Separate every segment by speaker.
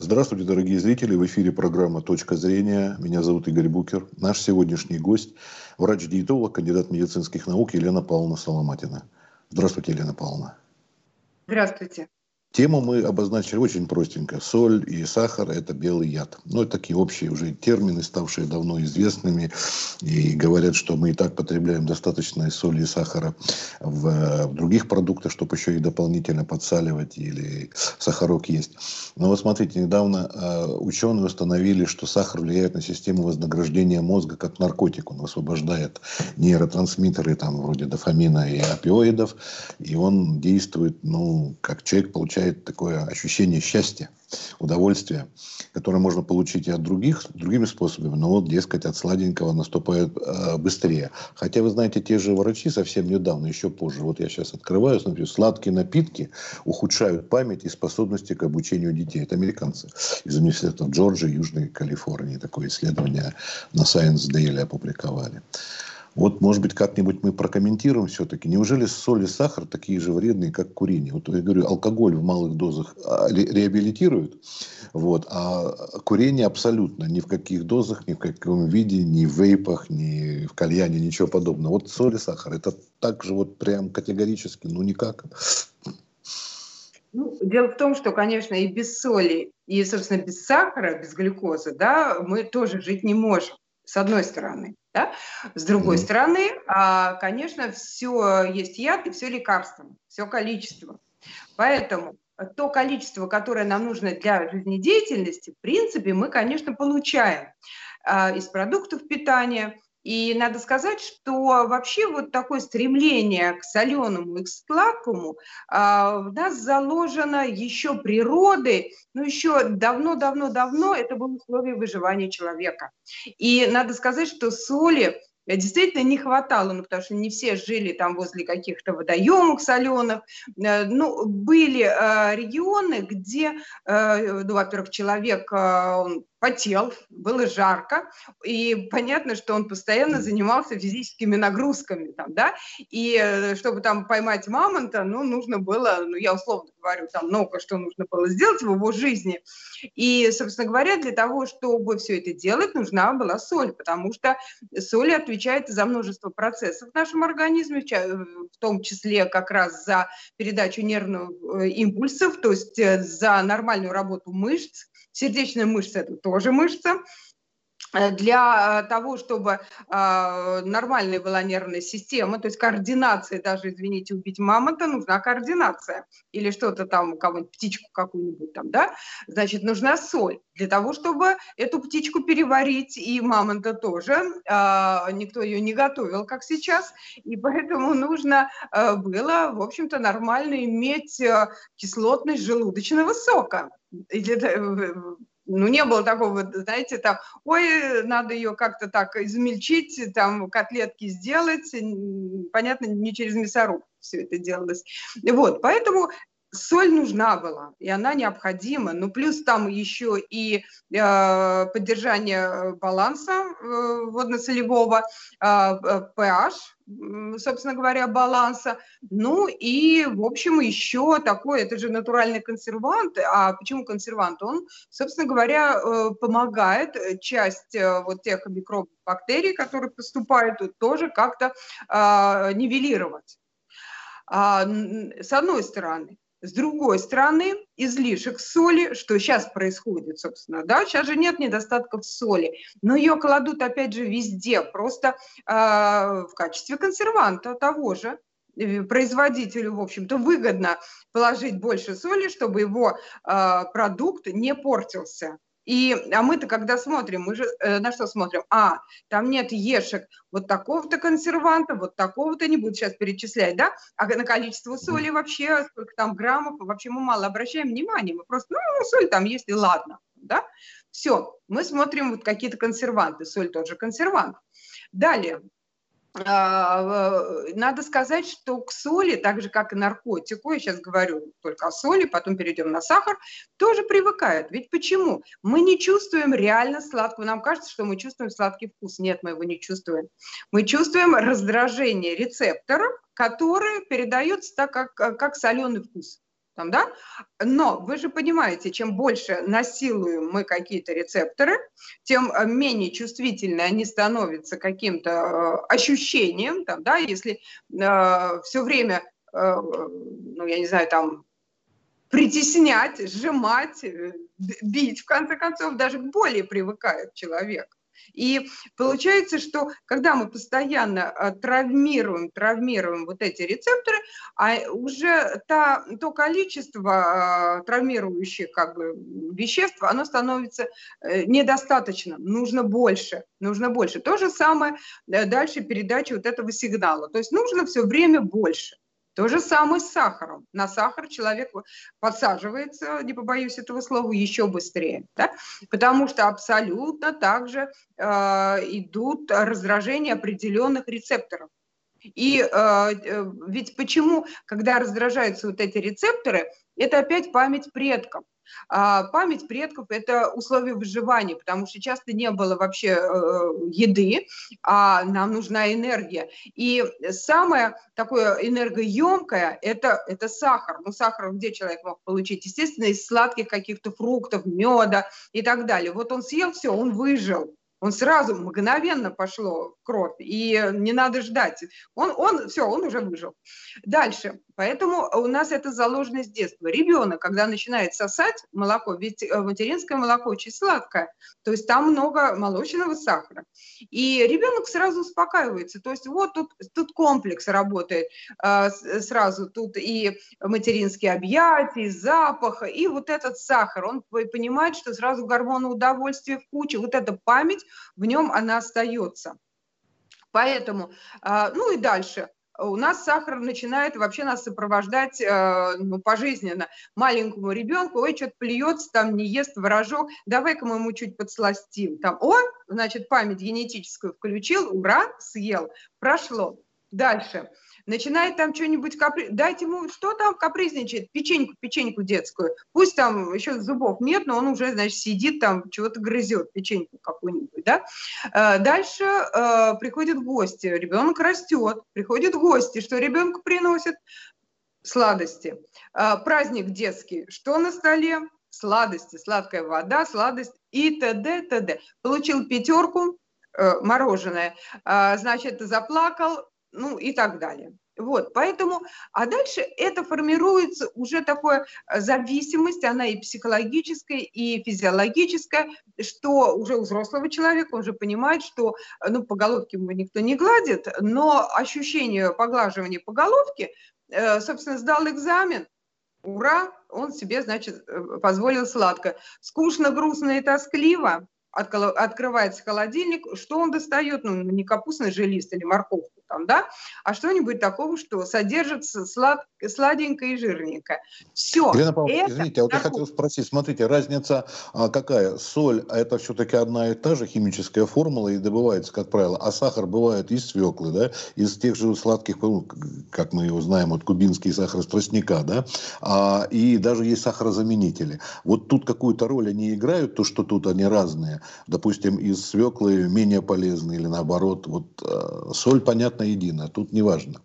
Speaker 1: Здравствуйте, дорогие зрители. В эфире программа «Точка зрения». Меня зовут Игорь Букер. Наш сегодняшний гость – врач-диетолог, кандидат медицинских наук Елена Павловна Соломатина. Здравствуйте, Елена Павловна.
Speaker 2: Здравствуйте.
Speaker 1: Тему мы обозначили очень простенько. Соль и сахар – это белый яд. Ну, это такие общие уже термины, ставшие давно известными. И говорят, что мы и так потребляем достаточно соли и сахара в других продуктах, чтобы еще их дополнительно подсаливать или сахарок есть. Но вот смотрите, недавно ученые установили, что сахар влияет на систему вознаграждения мозга как наркотик. Он высвобождает нейротрансмиттеры там, вроде дофамина и опиоидов. И он действует, как человек получает такое ощущение счастья, удовольствия, которое можно получить и от другими способами, но вот, дескать, от сладенького наступает быстрее. Хотя, вы знаете, те же врачи совсем недавно, еще позже, вот я сейчас открываю, смотрю, сладкие напитки ухудшают память и способности к обучению детей. Это американцы из университета Джорджии, Южной Калифорнии. Такое исследование на Science Daily опубликовали. Вот, может быть, как-нибудь мы прокомментируем все-таки. Неужели соль и сахар такие же вредные, как курение? Вот я говорю, алкоголь в малых дозах реабилитирует, а курение абсолютно ни в каких дозах, ни в каком виде, ни в вейпах, ни в кальяне, ничего подобного. Вот соль и сахар, это так же вот прям категорически, никак.
Speaker 2: Дело в том, что, конечно, и без соли, и, собственно, без сахара, без глюкозы, мы тоже жить не можем, с одной стороны. Да? С другой стороны, конечно, все есть яд и все лекарство, все количество. Поэтому то количество, которое нам нужно для жизнедеятельности, в принципе, мы, конечно, получаем из продуктов питания. И надо сказать, что вообще вот такое стремление к соленому и к сладкому в нас заложено еще природой, еще давно-давно-давно это было условие выживания человека. И надо сказать, что соли действительно не хватало, потому что не все жили там возле каких-то водоемов соленых. Были регионы, где, во-первых, человек он потел, было жарко, и понятно, что он постоянно занимался физическими нагрузками, и чтобы там поймать мамонта, нужно было, я условно говорю, там много что нужно было сделать в его жизни, и, собственно говоря, для того, чтобы все это делать, нужна была соль, потому что соль отвечает за множество процессов в нашем организме, в том числе как раз за передачу нервных импульсов, то есть за нормальную работу мышц. Сердечная мышца – это тоже мышца. Для того, чтобы нормальная была нервная система, то есть координация, даже, извините, убить мамонта, нужна координация. Или что-то там, у кого-нибудь, птичку какую-нибудь там, значит, нужна соль. Для того, чтобы эту птичку переварить, и мамонта тоже, никто ее не готовил, как сейчас, и поэтому нужно было, в общем-то, нормально иметь кислотность желудочного сока. Не было такого, знаете, там, надо ее как-то так измельчить, там, котлетки сделать. Понятно, не через мясорубку все это делалось. Поэтому соль нужна была, и она необходима. Плюс там еще и поддержание баланса водно-солевого, pH, собственно говоря, баланса. И, в общем, еще такой, это же натуральный консервант. А почему консервант? Он, собственно говоря, помогает часть вот тех микробов, бактерий, которые поступают, тоже как-то нивелировать. С одной стороны. С другой стороны, излишек соли, что сейчас происходит, собственно, сейчас же нет недостатков соли, но ее кладут, опять же, везде, просто в качестве консерванта того же. Производителю, в общем-то, выгодно положить больше соли, чтобы его продукт не портился. А мы-то когда смотрим, мы же на что смотрим? Там нет ешек вот такого-то консерванта, вот такого-то, не буду сейчас перечислять, а на количество соли вообще, сколько там граммов, вообще мы мало обращаем внимания, мы просто, соль там есть и ладно, Все, мы смотрим вот какие-то консерванты, соль тоже консервант. Далее. Надо сказать, что к соли, так же как и наркотику, я сейчас говорю только о соли, потом перейдем на сахар, тоже привыкают. Ведь почему? Мы не чувствуем реально сладкого. Нам кажется, что мы чувствуем сладкий вкус. Нет, мы его не чувствуем. Мы чувствуем раздражение рецепторов, которые передаются так, как соленый вкус. Там, да? Но вы же понимаете, чем больше насилуем мы какие-то рецепторы, тем менее чувствительны они становятся каким-то ощущением. Там, да? Если все время, ну, я не знаю, там, притеснять, сжимать, бить, в конце концов, даже к боли привыкает человек. И получается, что когда мы постоянно травмируем вот эти рецепторы, а уже то количество травмирующих как бы веществ, оно становится недостаточно, нужно больше, нужно больше. То же самое дальше передача вот этого сигнала, то есть нужно все время больше. То же самое с сахаром. На сахар человек подсаживается, не побоюсь этого слова, еще быстрее. Да? Потому что абсолютно также идут раздражения определенных рецепторов. И ведь почему, когда раздражаются вот эти рецепторы, это опять память предков. Память предков – это условие выживания, потому что часто не было вообще еды, а нам нужна энергия. И самое такое энергоемкое – это сахар. Ну, сахар где человек мог получить? Естественно, из сладких каких-то фруктов, меда и так далее. Вот он съел все, он выжил. Он сразу, мгновенно пошло в кровь, и не надо ждать. Он уже выжил. Дальше. Поэтому у нас это заложено с детства. Ребенок, когда начинает сосать молоко, ведь материнское молоко очень сладкое, то есть там много молочного сахара. И ребенок сразу успокаивается. То есть вот тут комплекс работает сразу. Тут и материнские объятия, и запах, и вот этот сахар. Он понимает, что сразу гормоны удовольствия в куче. Вот эта память в нем она остается. Поэтому, ну и дальше. У нас сахар начинает вообще нас сопровождать пожизненно. Маленькому ребенку, ой, что-то плюется, там не ест творожок, давай-ка мы ему чуть подсластим. Там, значит, память генетическую включил, ура, съел, прошло. Дальше. Начинает там что-нибудь дайте ему, что там капризничает, печеньку детскую. Пусть там еще зубов нет, но он уже, значит, сидит там, чего-то грызет, печеньку какую-нибудь, да. Дальше приходят гости, ребенок растет, приходят гости, что ребенку приносят? Сладости. Праздник детский, что на столе? Сладости, сладкая вода, сладость и т.д., т.д. Получил 5 мороженое, значит, заплакал, ну и так далее. Вот, поэтому, а дальше это формируется уже такая зависимость, она и психологическая, и физиологическая, что уже у взрослого человека, он же понимает, что, ну, по головке ему никто не гладит, но ощущение поглаживания по головке, собственно, сдал экзамен, ура, он себе, значит, позволил сладко. Скучно, грустно и тоскливо, открывается холодильник, что он достает? Ну, не капустный же лист или морковку там, да, а что-нибудь такого, что содержится сладенькое и жирненькое. Все.
Speaker 1: Елена Павловна, извините, а вот я хотел спросить, смотрите, разница какая? Соль, это все-таки одна и та же химическая формула и добывается, как правило, а сахар бывает из свеклы, да, из тех же сладких, как мы его знаем, вот кубинский сахар из тростника, да, и даже есть сахарозаменители. Вот тут какую-то роль они играют, то, что тут они разные, допустим, из свеклы менее полезны или наоборот, вот соль, понятно, единая, тут не важно.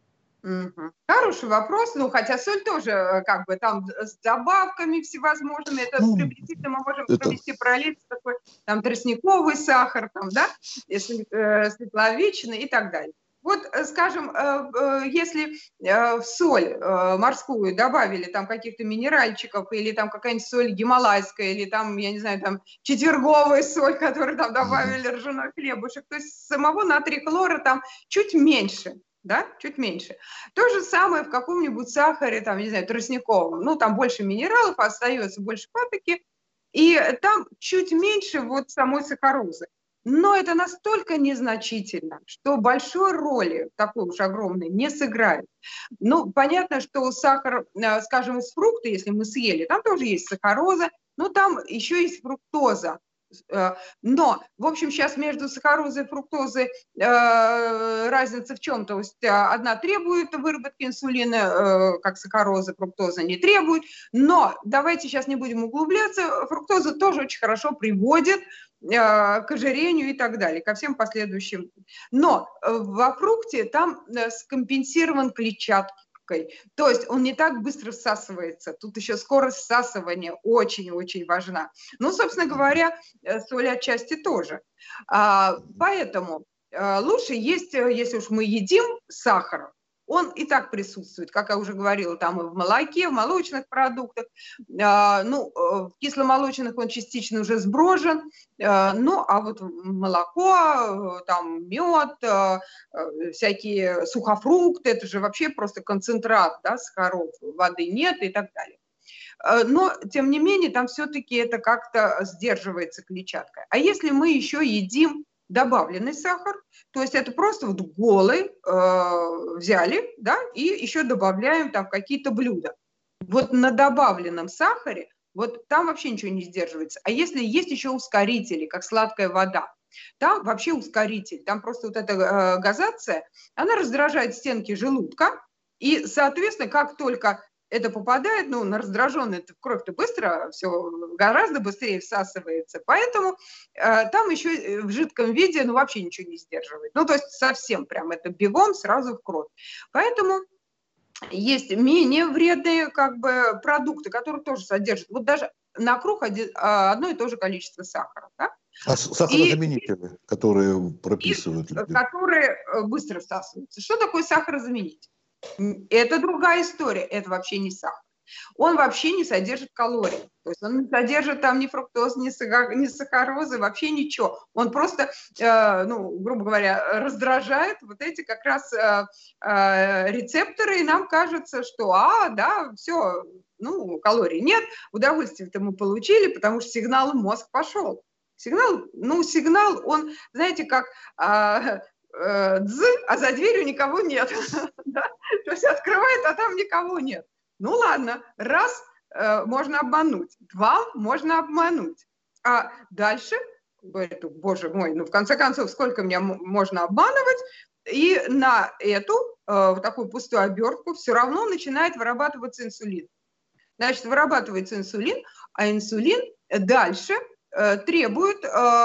Speaker 2: Хороший вопрос, ну, хотя соль тоже как бы там с добавками всевозможными, это приблизительно мы можем провести параллель с такой, там, тростниковый сахар, там, да, светловичный и так далее. Вот, скажем, если в соль морскую добавили там каких-то минеральчиков, или там какая-нибудь соль гималайская, или там, я не знаю, там четверговая соль, которую там добавили ржаной хлебушек, то есть самого натрия хлора там чуть меньше. Да, чуть меньше. То же самое в каком-нибудь сахаре, там, не знаю, тростниковом. Ну, там больше минералов, остается больше паприки, и там чуть меньше вот самой сахарозы. Но это настолько незначительно, что большой роли, такой уж огромной, не сыграет. Ну, понятно, что сахар, скажем, из фрукта, если мы съели, там тоже есть сахароза, но там еще есть фруктоза. Но, в общем, сейчас между сахарозой и фруктозой разница в чем? То есть одна требует выработки инсулина, как сахароза, фруктоза не требует. Но давайте сейчас не будем углубляться. Фруктоза тоже очень хорошо приводит к ожирению и так далее, ко всем последующим. Но во фрукте там скомпенсирован клетчаткой. губкой. То есть он не так быстро всасывается. Тут еще скорость всасывания очень-очень важна. Ну, собственно говоря, соль отчасти тоже. Поэтому лучше есть, если уж мы едим сахар, он и так присутствует, как я уже говорила, там и в молоке, в молочных продуктах. В кисломолочных он частично уже сброжен, а вот молоко, там мед, всякие сухофрукты, это же вообще просто концентрат, да, сахаров, воды нет и так далее. Но, тем не менее, там все-таки это как-то сдерживается клетчаткой. А если мы еще едим добавленный сахар, то есть это просто вот голый взяли, да, и еще добавляем там какие-то блюда. Вот на добавленном сахаре, вот там вообще ничего не сдерживается. А если есть еще ускорители, как сладкая вода, там вообще ускоритель, там просто вот эта газация, она раздражает стенки желудка, и, соответственно, как только это попадает, на раздраженную кровь-то быстро, все гораздо быстрее всасывается, поэтому там еще в жидком виде, вообще ничего не сдерживает. То есть совсем прям это бегом сразу в кровь. Поэтому есть менее вредные продукты, которые тоже содержат, вот даже на круг одно и то же количество сахара. Да?
Speaker 1: А сахарозаменители, которые прописывают люди?
Speaker 2: Которые быстро всасываются. Что такое сахарозаменитель? Это другая история, это вообще не сахар. Он вообще не содержит калорий. То есть он не содержит там ни фруктоз, ни сахарозы, вообще ничего. Он просто, грубо говоря, раздражает вот эти как раз рецепторы, и нам кажется, что, все, калорий нет, удовольствие-то мы получили, потому что сигнал в мозг пошел. Сигнал, он, знаете, как... а за дверью никого нет. То есть открывает, а там никого нет. Ладно, раз можно обмануть, два можно обмануть. А дальше, говорит, боже мой, в конце концов, сколько меня можно обманывать? И на эту такую пустую обертку все равно начинает вырабатываться инсулин. Значит, вырабатывается инсулин, а инсулин дальше требует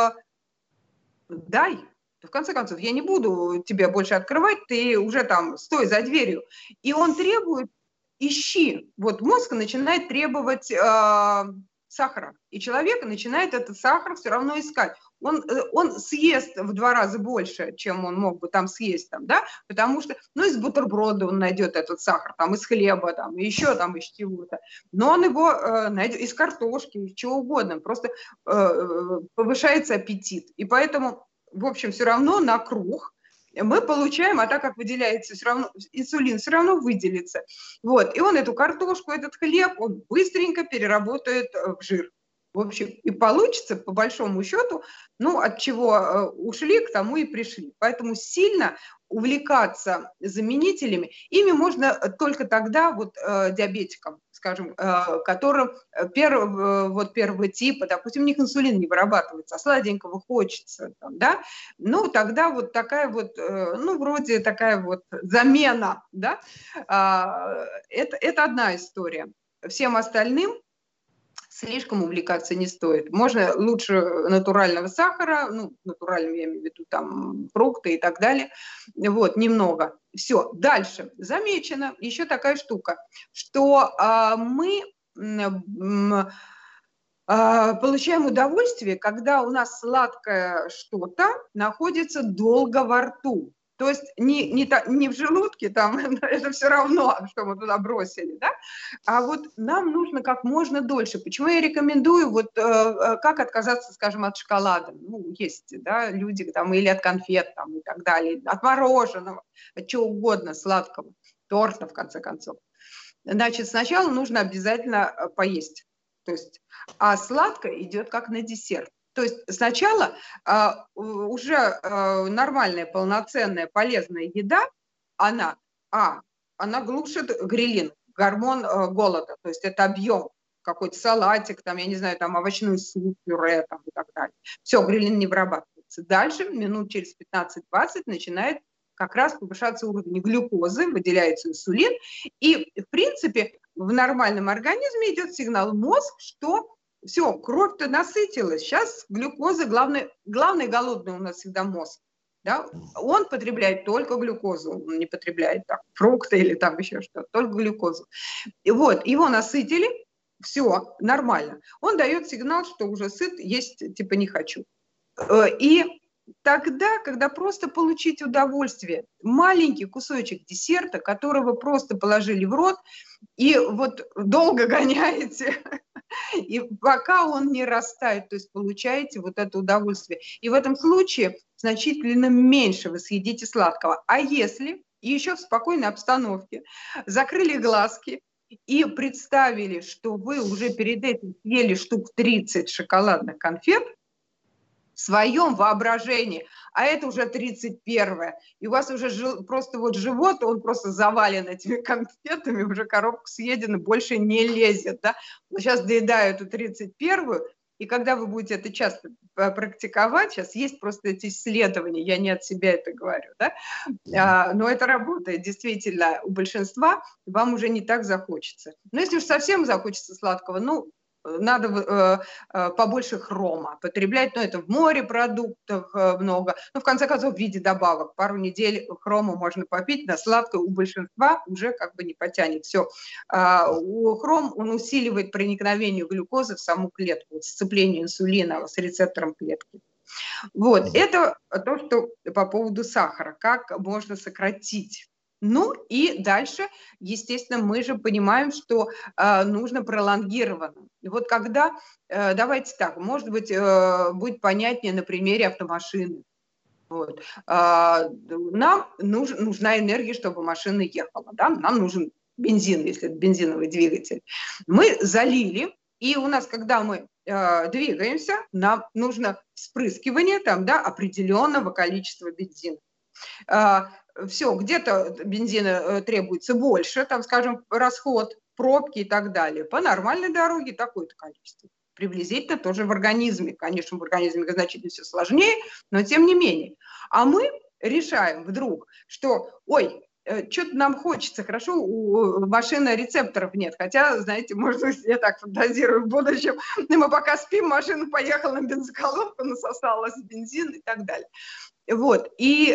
Speaker 2: дай. В конце концов, я не буду тебе больше открывать, ты уже там стой за дверью. И он требует, ищи. Вот мозг начинает требовать сахара, и человек начинает этот сахар все равно искать. Он съест в 2 раза больше, чем он мог бы там съесть, да, потому что, из бутерброда он найдет этот сахар, там, из хлеба, там, еще там из чего-то, но он его найдет из картошки, из чего угодно, просто повышается аппетит, и поэтому, в общем, все равно на круг мы получаем, а так как выделяется все равно, инсулин все равно выделится. Вот, и он эту картошку, этот хлеб, он быстренько переработает в жир. В общем, и получится, по большому счету, от чего ушли, к тому и пришли. Поэтому сильно увлекаться заменителями, ими можно только тогда диабетикам, скажем, которым первого типа, допустим, у них инсулин не вырабатывается, а сладенького хочется, да, тогда такая вроде такая замена, да, это одна история. Всем остальным слишком увлекаться не стоит. Можно лучше натурального сахара, натуральным я имею в виду там фрукты и так далее, немного. Все, дальше. Замечено еще такая штука, что мы получаем удовольствие, когда у нас сладкое что-то находится долго во рту. То есть не в желудке, там, это все равно, что мы туда бросили, да? А нам нужно как можно дольше. Почему я рекомендую, как отказаться, скажем, от шоколада? Есть, да, люди там, или от конфет там, и так далее, от мороженого, от чего угодно сладкого, торта, в конце концов. Значит, сначала нужно обязательно поесть. То есть, а сладкое идет как на десерт. То есть сначала уже нормальная, полноценная, полезная еда, она глушит грелин, гормон голода. То есть это объем, какой-то салатик, там, я не знаю, там овощной суп, пюре там, и так далее. Все, грелин не вырабатывается. Дальше, минут через 15-20, начинает как раз повышаться уровень глюкозы, выделяется инсулин. И, в принципе, в нормальном организме идет сигнал в мозг, что все, кровь-то насытилась. Сейчас глюкоза, главный голодный у нас всегда мозг. Да? Он потребляет только глюкозу, он не потребляет там, фрукты или там еще что-то, только глюкозу. И вот, его насытили, все, нормально. Он дает сигнал, что уже сыт, есть типа не хочу. И тогда, когда просто получить удовольствие, маленький кусочек десерта, которого просто положили в рот, и вот долго гоняете, и пока он не растает, то есть получаете вот это удовольствие. И в этом случае значительно меньше вы съедите сладкого. А если еще в спокойной обстановке закрыли глазки и представили, что вы уже перед этим съели штук 30 шоколадных конфет, в своем воображении, а это уже 31-е, и у вас уже просто вот живот, он просто завален этими конфетами, уже коробка съедена, больше не лезет, да? Но сейчас доедаю эту 31-ю, и когда вы будете это часто практиковать, сейчас есть просто эти исследования, я не от себя это говорю, да? Но это работает, действительно, у большинства вам уже не так захочется. Но если уж совсем захочется сладкого, ну, надо побольше хрома потреблять, но это в морепродуктах много, ну, в конце концов, в виде добавок. Пару недель хрома можно попить, на сладкое у большинства уже как бы не потянет. Все. Хром, он усиливает проникновение глюкозы в саму клетку, сцепление инсулина с рецептором клетки. Вот, это то, что по поводу сахара, как можно сократить. Ну и дальше, естественно, мы же понимаем, что нужно пролонгированно. И вот когда, давайте так, может быть, будет понятнее на примере автомашины. Вот. Нам нужна энергия, чтобы машина ехала. Да? Нам нужен бензин, если это бензиновый двигатель. Мы залили, и у нас, когда мы двигаемся, нам нужно вспрыскивание там, да, определенного количества бензина. Все, где-то бензина требуется больше, там, скажем, расход, пробки и так далее. По нормальной дороге такое-то количество. Приблизительно тоже в организме. Конечно, в организме значительно все сложнее, но тем не менее. А мы решаем вдруг, что, ой, что-то нам хочется, хорошо, у машины рецепторов нет. Хотя, знаете, может быть, я так фантазирую в будущем, мы пока спим, машина поехала на бензоколонку, насосалась бензин и так далее. Вот, и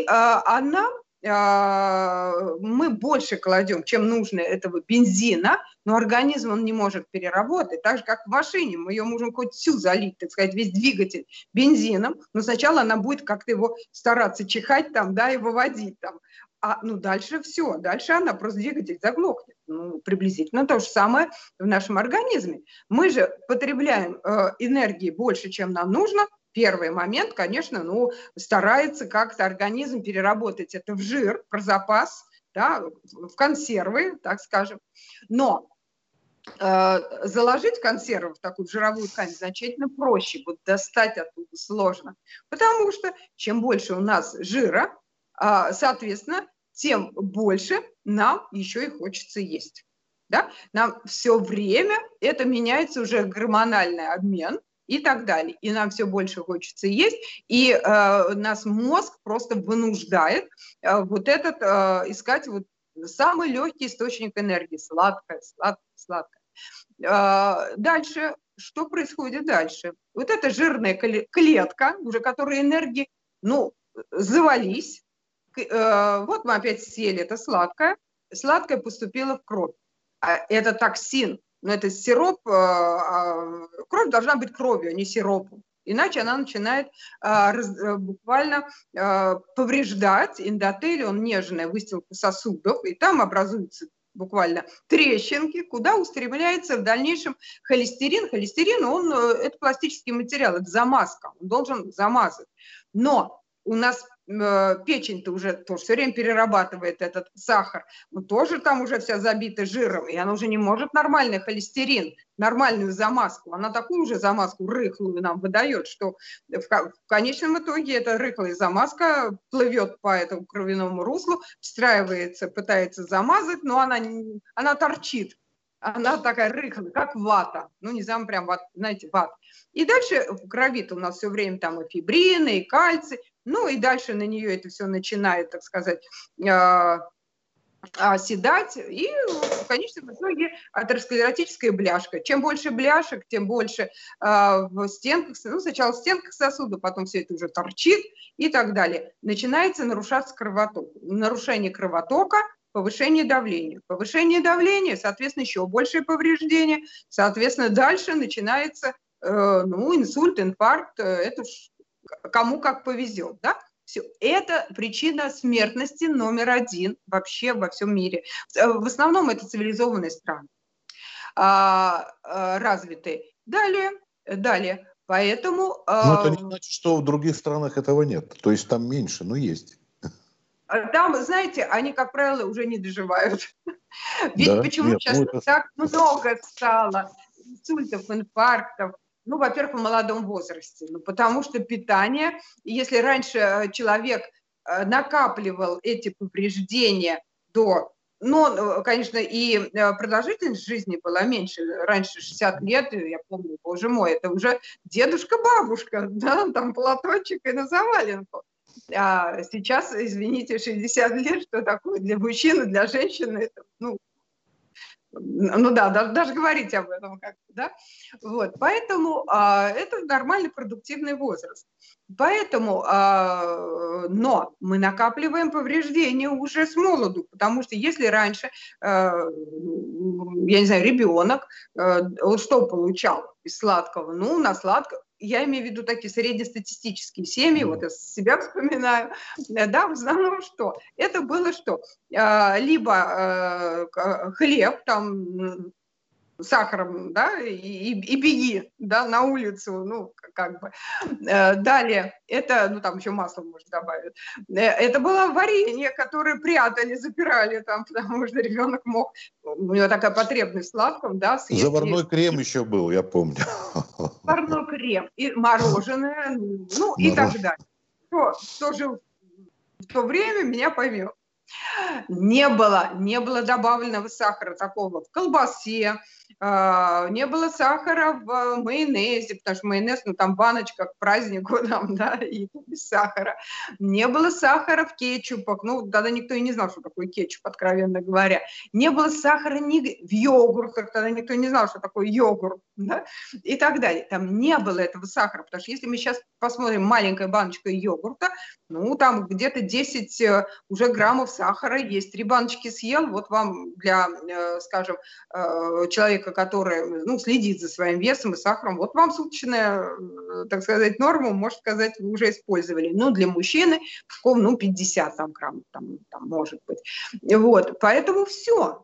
Speaker 2: мы больше кладем, чем нужно этого бензина, но организм он не может переработать, так же, как в машине, мы ее можем хоть всю залить, так сказать, весь двигатель бензином, но сначала она будет как-то его стараться чихать там, да, и выводить там. Ну, дальше все, дальше она просто двигатель заглохнет. Ну, приблизительно то же самое в нашем организме. Мы же потребляем энергии больше, чем нам нужно. Первый момент, конечно, старается как-то организм переработать это в жир, про запас, да, в консервы, так скажем. Но заложить консервы в такую жировую ткань значительно проще, вот достать оттуда сложно. Потому что чем больше у нас жира, соответственно, тем больше нам еще и хочется есть. Да? Нам все время это меняется уже гормональный обмен и так далее. И нам все больше хочется есть, и нас мозг просто вынуждает вот этот искать вот самый легкий источник энергии, сладкое. Дальше, что происходит дальше? Вот эта жирная клетка, уже которой энергии, завались. Вот мы опять съели это сладкое. Сладкое поступило в кровь. Это токсин. Но это сироп, кровь должна быть кровью, а не сиропом. Иначе она начинает буквально повреждать эндотелий, он нежная выстилка сосудов, и там образуются буквально трещинки, куда устремляется в дальнейшем холестерин. Холестерин, это пластический материал, это замазка, он должен замазать. Но у нас печень-то уже тоже все время перерабатывает этот сахар, но тоже там уже вся забита жиром, и она уже не может нормальный холестерин, нормальную замазку, она такую же замазку рыхлую нам выдает, что в конечном итоге эта рыхлая замазка плывет по этому кровяному руслу, встраивается, пытается замазать, но она торчит. Она такая рыхлая, как вата. Не знаю, прям, знаете, вата. И дальше в крови-то у нас все время там и фибрины, и кальций. И дальше на нее это все начинает, так сказать, оседать, и в конечном итоге атеросклеротическая бляшка. Чем больше бляшек, тем больше в стенках, ну, сначала в стенках сосуда, потом все это уже торчит и так далее. Начинается нарушаться кровоток. Нарушение кровотока, повышение давления. Повышение давления, соответственно, еще большее повреждение. Соответственно, дальше начинается инсульт, инфаркт. Это кому как повезет, да? Все. Это причина смертности номер один вообще во всем мире. В основном это цивилизованные страны, развитые. Далее. Поэтому...
Speaker 1: Но это не значит, что в других странах этого нет. То есть там меньше, но есть.
Speaker 2: Там, знаете, они, как правило, уже не доживают. Ведь
Speaker 1: Да?
Speaker 2: почему
Speaker 1: Нет,
Speaker 2: сейчас так много стало инсультов, инфарктов? Ну, во-первых, в молодом возрасте. Ну, потому что питание, если раньше человек накапливал эти повреждения до... Ну, конечно, и продолжительность жизни была меньше. Раньше 60 лет, я помню, боже мой, это уже дедушка-бабушка, да, там платочек и на заваленку. А сейчас, извините, 60 лет, что такое для мужчины, для женщины, это, даже говорить об этом как-то, да, вот, поэтому это нормальный продуктивный возраст. Поэтому, но мы накапливаем повреждения уже с молоду, потому что если раньше, я не знаю, ребенок, он что получал из сладкого? Ну, на сладкое, я имею в виду такие среднестатистические семьи, вот я себя вспоминаю, да, в основном что? Это было что? Либо хлеб, там, сахаром, да, и беги, да, на улицу, ну, как бы. Далее, это, ну, там еще масло, может, добавить. Это было варенье, которое прятали, запирали там, потому что ребенок мог, у него такая потребность в сладком, да, съесть.
Speaker 1: Заварной крем еще был, я помню.
Speaker 2: Заварной крем, и мороженое, ну, и так далее. Кто жил в то время, меня поймет. Не было добавленного сахара такого в колбасе, не было сахара в майонезе, потому что майонез, ну там баночка к празднику, там, да, и без сахара. Не было сахара в кетчупах, ну тогда никто и не знал, что такое кетчуп, откровенно говоря. Не было сахара ни в йогуртах, тогда никто не знал, что такое йогурт, да, и так далее. Там не было этого сахара, потому что если мы сейчас посмотрим маленькая баночка йогурта, ну там где-то 10 уже граммов сахара есть. 3 баночки съел, вот вам для, скажем, человека, который, ну, следит за своим весом и сахаром, вот вам суточная, так сказать, норму, можно сказать, вы уже использовали. Ну, для мужчины, ну, 50 там, грамм, там может быть. Вот, поэтому все.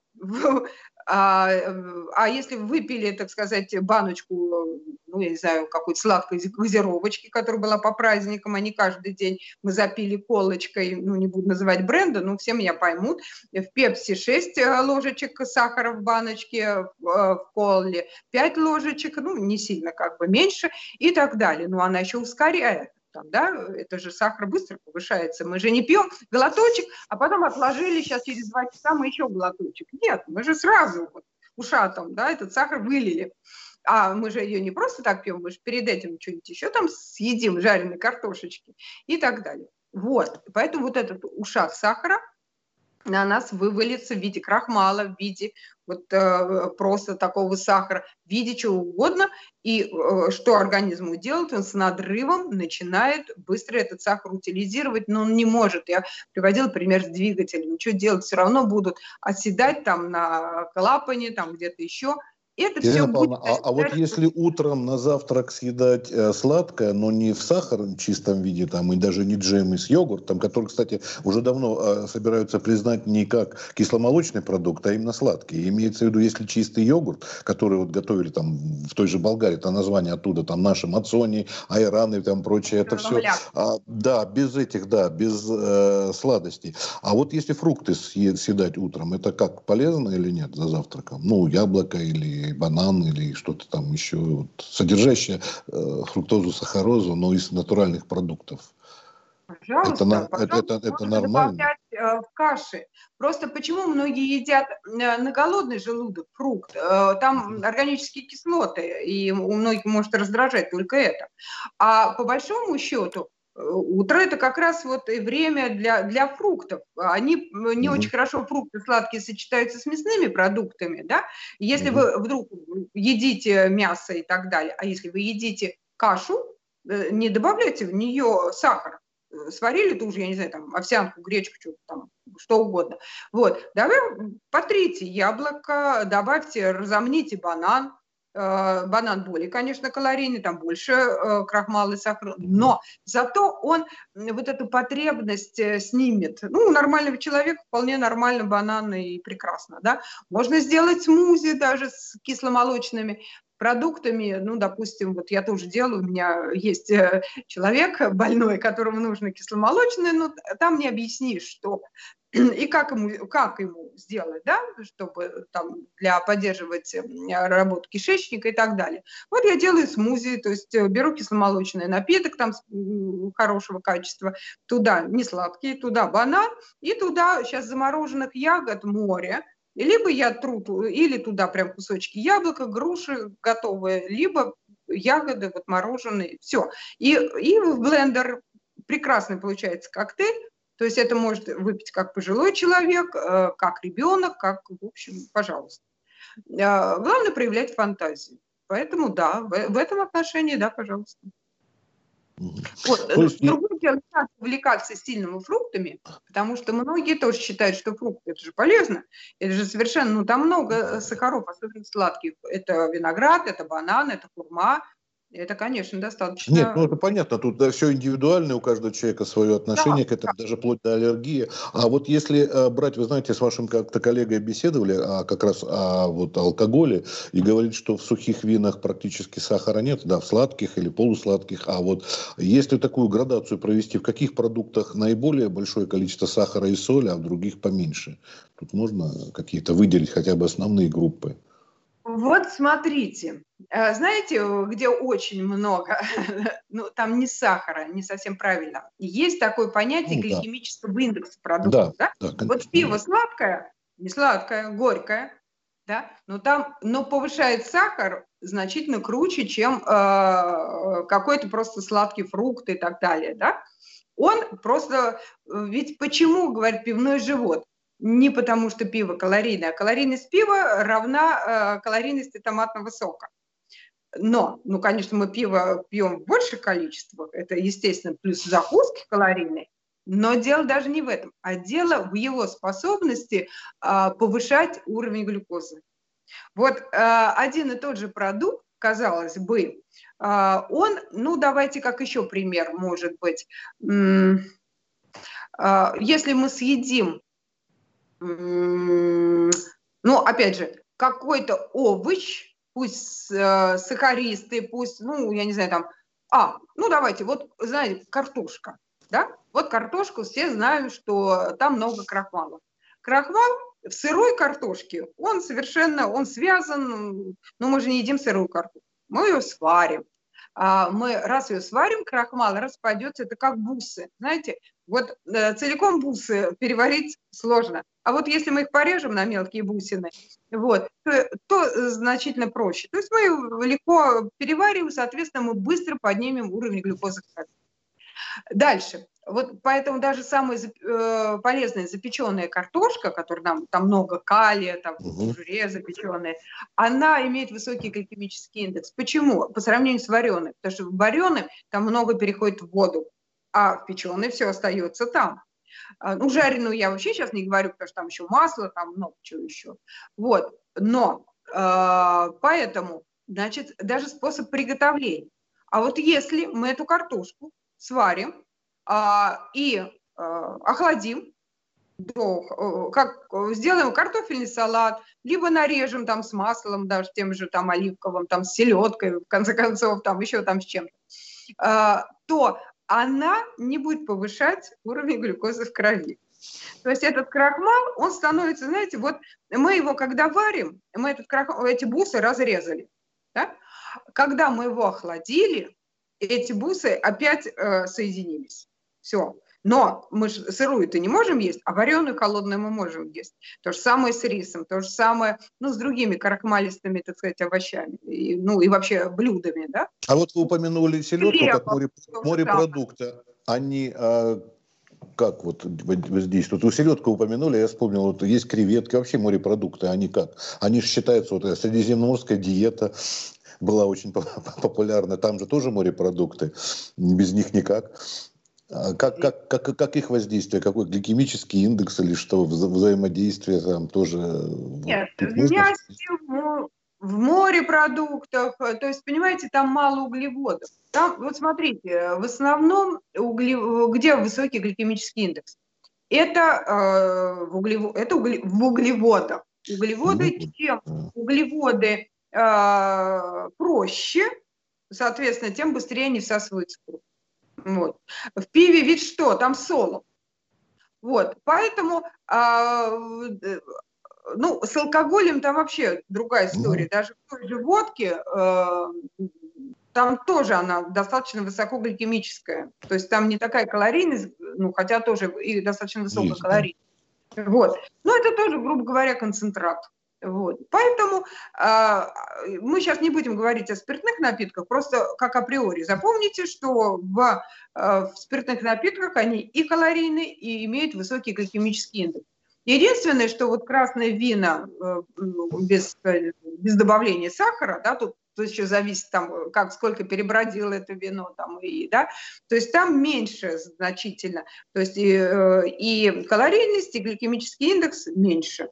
Speaker 2: А если выпили, так сказать, баночку, ну, я не знаю, какой-то сладкой газировочки, которая была по праздникам, а не каждый день мы запили колочкой, ну, не буду называть бренда, но все меня поймут, в пепси 6 ложечек сахара в баночке, в коле 5 ложечек, ну, не сильно как бы меньше и так далее. Но она еще ускоряет. Там, да, это же сахар быстро повышается. Мы же не пьем глоточек, а потом отложили, сейчас через 2 часа мы еще глоточек. Нет, мы же сразу вот ушатом, да, этот сахар вылили. А мы же ее не просто так пьем, мы же перед этим что-нибудь еще там съедим, жареные картошечки и так далее. Вот, поэтому вот этот ушат сахара на нас вывалится в виде крахмала, в виде вот просто такого сахара, в виде чего угодно. И что организм делает? Он с надрывом начинает быстро этот сахар утилизировать, но он не может. Я приводила пример с двигателем. Что делать? Все равно будут оседать там на клапане, там где-то еще. Это все будет...
Speaker 1: А вот если утром на завтрак съедать сладкое, но не в сахарном чистом виде, там, и даже не джемы с йогуртом, который, кстати, уже давно собираются признать не как кисломолочный продукт, а именно сладкий. Имеется в виду, если чистый йогурт, который вот готовили там в той же Болгарии, это название оттуда, там наши мацони, айраны и там прочее, это все, да, без этих, да, без сладостей. А вот если фрукты съедать утром, это как, полезно или нет за завтраком? Ну, яблоко или банан или что-то там еще, вот, содержащее фруктозу, сахарозу, но из натуральных продуктов.
Speaker 2: Пожалуйста,
Speaker 1: это нормально.
Speaker 2: В каши. Просто почему многие едят на голодный желудок фрукт? Там органические кислоты, и у многих может раздражать только это. А по большому счету, Утро – это как раз вот и время для фруктов. Они не очень хорошо, фрукты сладкие, сочетаются с мясными продуктами, да? Если вы вдруг едите мясо и так далее, а если вы едите кашу, не добавляйте в нее сахар. Сварили ту же, я не знаю, там, овсянку, гречку, что угодно. Вот, давай потрите яблоко, добавьте, разомните банан. Банан более, конечно, калорийный, там больше крахмала и сахара, но зато он вот эту потребность снимет. Ну, у нормального человека вполне нормально банан и прекрасно, да. Можно сделать смузи даже с кисломолочными продуктами, ну, допустим, вот я тоже делаю, у меня есть человек больной, которому нужно кисломолочное, но там не объяснишь, что и как ему сделать, да, чтобы там поддерживать работу кишечника и так далее. Вот я делаю смузи, то есть беру кисломолочный напиток там хорошего качества, туда не сладкий, туда банан, и туда сейчас замороженных ягод море, либо я тру, или туда прям кусочки яблока, груши готовые, либо ягоды вот мороженые, все. И в блендер прекрасный получается коктейль. То есть это может выпить как пожилой человек, как ребенок, как, в общем, пожалуйста. Главное проявлять фантазию. Поэтому да, в этом отношении, да, пожалуйста. Вот. Другое дело, как увлекаться сильными фруктами, потому что многие тоже считают, что фрукты – это же полезно, это же совершенно, ну, там много сахаров, особенно сладких. Это виноград, это банан, это хурма. Это, конечно, достаточно...
Speaker 1: Нет, ну это понятно, тут все индивидуально, у каждого человека свое отношение к этому, даже вплоть до аллергии. А вот если брать, вы знаете, с вашим как-то коллегой беседовали как раз о вот алкоголе, и говорит, что в сухих винах практически сахара нет, да, в сладких или полусладких, а вот если такую градацию провести, в каких продуктах наиболее большое количество сахара и соли, а в других поменьше? Тут можно какие-то выделить хотя бы основные группы?
Speaker 2: Вот смотрите, знаете, где очень много, ну там не сахара, не совсем правильно. Есть такое понятие гликемического индекса продуктов. Да, да? Вот пиво сладкое, не сладкое, горькое, да, но повышает сахар значительно круче, чем какой-то просто сладкий фрукт и так далее, да. Он просто, ведь почему, говорит, пивной живот? Не потому, что пиво калорийное, а калорийность пива равна калорийности томатного сока. Но, ну, конечно, мы пиво пьем в больших количествах, это, естественно, плюс закуски калорийные, но дело даже не в этом, а дело в его способности повышать уровень глюкозы. Вот один и тот же продукт, казалось бы, он, ну, давайте как еще пример, может быть, если мы съедим, ну, опять же, какой-то овощ, пусть сахаристый, пусть, ну, я не знаю, там, ну, давайте, вот, знаете, картошка, да? Вот картошку, все знают, что там много крахмала. Крахмал в сырой картошке, он связан, ну, мы же не едим сырую картошку, мы ее сварим. Раз ее сварим, крахмал распадется, это как бусы, знаете, вот целиком бусы переварить сложно, а вот если мы их порежем на мелкие бусины, вот, то значительно проще. То есть мы легко перевариваем, соответственно, мы быстро поднимем уровень глюкозы в крови. Дальше. Вот поэтому даже самая полезная запеченная картошка, которая там много калия, там жире запеченная, она имеет высокий гликемический индекс. Почему? По сравнению с вареной. Потому что в вареной там много переходит в воду, а в печеной все остается там. Ну, жареную я вообще сейчас не говорю, потому что там еще масло, там много чего еще. Вот. Но поэтому, значит, даже способ приготовления. А вот если мы эту картошку сварим и охладим, как сделаем картофельный салат, либо нарежем там с маслом, даже тем же там оливковым, там с селедкой, в конце концов, там еще там с чем-то, то она не будет повышать уровень глюкозы в крови. То есть этот крахмал, он становится, знаете, вот мы его когда варим, мы эти бусы разрезали, да? Когда мы его охладили, эти бусы опять соединились. Все. Но мы же сырую-то не можем есть, а вареную, холодную мы можем есть. То же самое с рисом, то же самое, ну, с другими крахмалистыми, так сказать, овощами, и вообще блюдами, да.
Speaker 1: А вот вы упомянули селедку как морепродукта. они как вот здесь? Вот вы селедку упомянули, я вспомнил, вот есть креветки, вообще морепродукты, они как? Они же считаются, вот средиземноморская диета была очень популярна, там же тоже морепродукты, без них никак. Как их воздействие, какой гликемический индекс или что, взаимодействие там тоже?
Speaker 2: Нет,
Speaker 1: Тут
Speaker 2: в
Speaker 1: можно?
Speaker 2: мясе, в морепродуктах, то есть, понимаете, там мало углеводов. Там, вот смотрите, в основном где высокий гликемический индекс? Это, в углеводах. Углеводы, чем углеводы проще, соответственно, тем быстрее они всасываются в кровь. Вот. В пиве ведь что? Там солод. Вот. Поэтому ну, с алкоголем там вообще другая история. Даже в той же водке там тоже она достаточно высокогликемическая. То есть там не такая калорийность, ну, хотя тоже и достаточно высокая калорийность. Вот. Но это тоже, грубо говоря, концентрат. Вот. Поэтому мы сейчас не будем говорить о спиртных напитках, просто как априори. Запомните, что в спиртных напитках они и калорийны, и имеют высокий гликемический индекс. Единственное, что вот красное вино без добавления сахара, да, тут еще зависит там, сколько перебродило это вино, там, да, то есть там меньше значительно, то есть и калорийность, и гликемический индекс меньше.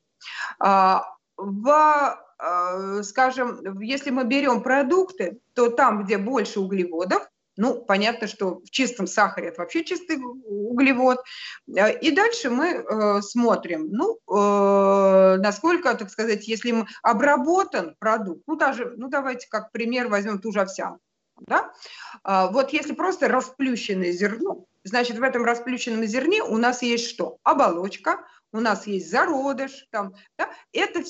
Speaker 2: Скажем, если мы берем продукты, то там, где больше углеводов, ну, понятно, что в чистом сахаре это вообще чистый углевод. И дальше мы смотрим, ну, насколько, так сказать, если обработан продукт, ну, давайте как пример возьмем ту же овсянку. Да? Вот если просто расплющенное зерно, значит, в этом расплющенном зерне у нас есть что? Оболочка, у нас есть зародыш, там, да? Это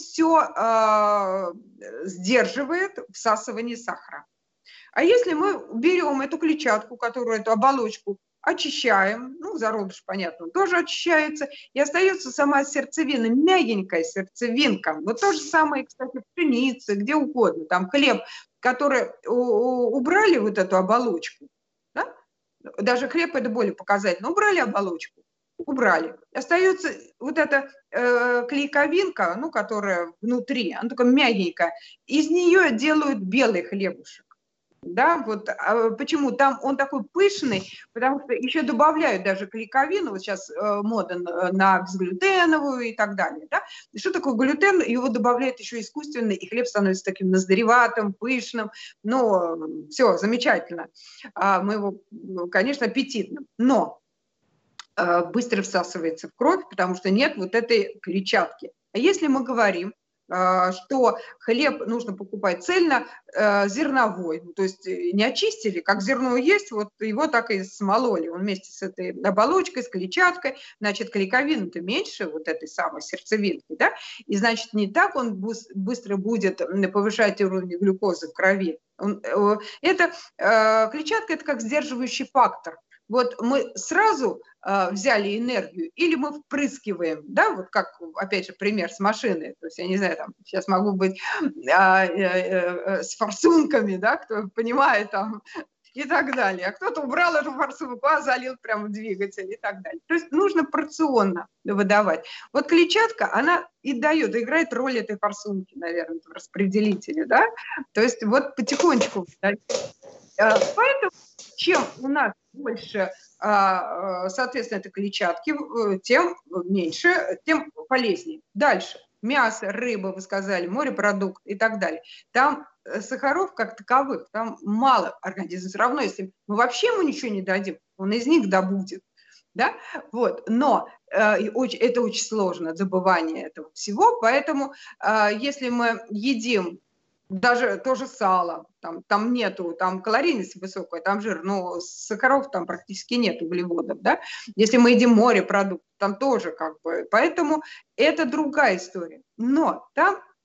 Speaker 2: все сдерживает всасывание сахара. А если мы берем эту клетчатку, эту оболочку, очищаем, ну, зародыш, понятно, тоже очищается, и остается сама сердцевина, мягенькая сердцевинка. Вот то же самое, кстати, в пшенице, где угодно. Там хлеб, который убрали вот эту оболочку, да? Даже хлеб это более показательно, убрали оболочку, убрали. Остается вот эта клейковинка, ну, которая внутри, она такая мягенькая, из нее делают белый хлебушек. Да, вот почему там он такой пышный, потому что еще добавляют даже клейковину, вот сейчас мода на безглютеновую и так далее, да. И что такое глютен? Его добавляют еще искусственно, и хлеб становится таким ноздреватым, пышным, но все, замечательно. Мы его, конечно, аппетитным, но быстро всасывается в кровь, потому что нет вот этой клетчатки. А если мы говорим, что хлеб нужно покупать цельно зерновой, то есть не очистили, как зерно есть, вот его так и смололи, он вместе с этой оболочкой, с клетчаткой, значит, клейковины-то меньше вот этой самой сердцевинки, да, и значит, не так он быстро будет повышать уровень глюкозы в крови. Клетчатка – это как сдерживающий фактор. Вот мы сразу взяли энергию или мы впрыскиваем, да, вот как, опять же, пример с машиной, то есть, я не знаю, там, сейчас могу быть с форсунками, да, кто понимает, там, и так далее. А кто-то убрал эту форсунку, залил прямо в двигатель и так далее. То есть нужно порционно выдавать. Вот клетчатка, она и дает, играет роль этой форсунки, наверное, в распределителе, да, то есть вот потихонечку. Поэтому чем у нас больше, соответственно, этой клетчатки, тем меньше, тем полезнее. Дальше. Мясо, рыба, вы сказали, морепродукты и так далее. Там сахаров как таковых, там мало организма. Все равно, если мы вообще ему ничего не дадим, он из них добудет. Да? Вот. Но это очень сложно, добывание этого всего. Поэтому если мы едим даже то же сало, там нету, там калорийность высокая, там жир, но сахаров там практически нет, углеводов, да. Если мы едим морепродукты, там тоже как бы, поэтому это другая история. Но там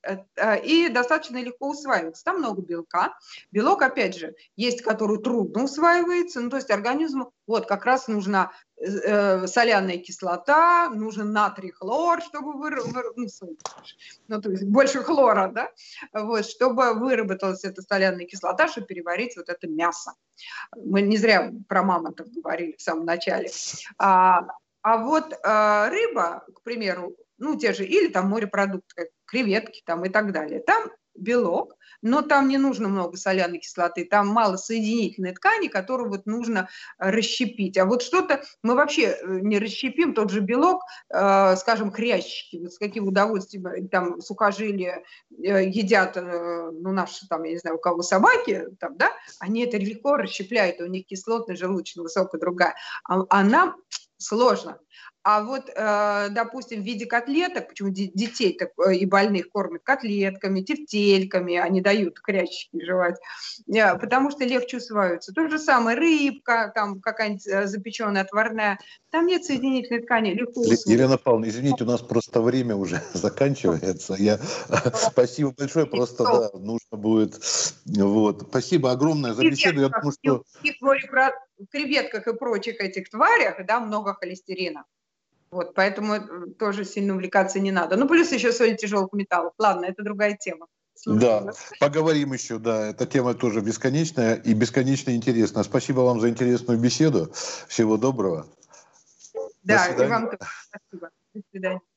Speaker 2: и достаточно легко усваивается. Там много белка. Белок, опять же, есть, который трудно усваивается, ну, то есть организму вот как раз нужна соляная кислота, нужен натрий хлор, чтобы ну, то есть больше хлора, да, вот, чтобы выработалась эта соляная кислота, чтобы переварить вот это мясо. Мы не зря про мамонтов говорили в самом начале. А вот рыба, к примеру, ну, те же, или там морепродукты, как креветки там и так далее, там белок, но там не нужно много соляной кислоты, там мало соединительной ткани, которую вот нужно расщепить. А вот что-то мы вообще не расщепим, тот же белок, скажем, хрящики, вот с каким удовольствием там сухожилия едят, ну, наши там, я не знаю, у кого собаки, там, да, они это легко расщепляют, у них кислотность желудочная высокая другая, а нам сложно. А вот, допустим, в виде котлеток, почему детей и больных кормят котлетками, тефтельками, они дают хрящики жевать, потому что легче усваиваются. То же самое рыбка, там какая-нибудь запеченная, отварная, там нет соединительной ткани, легко усвоить.
Speaker 1: Елена Павловна, извините, у нас просто время уже заканчивается. Спасибо большое, просто да, нужно будет. Вот. Спасибо огромное за беседу. Я думаю, что...
Speaker 2: В креветках и прочих этих тварях, да, много холестерина. Вот, поэтому тоже сильно увлекаться не надо. Ну, плюс еще соли тяжелых металлов. Ладно, это другая тема.
Speaker 1: Да, поговорим еще, да. Эта тема тоже бесконечная и бесконечно интересная. Спасибо вам за интересную беседу. Всего доброго.
Speaker 2: Да, и вам тоже спасибо. До свидания.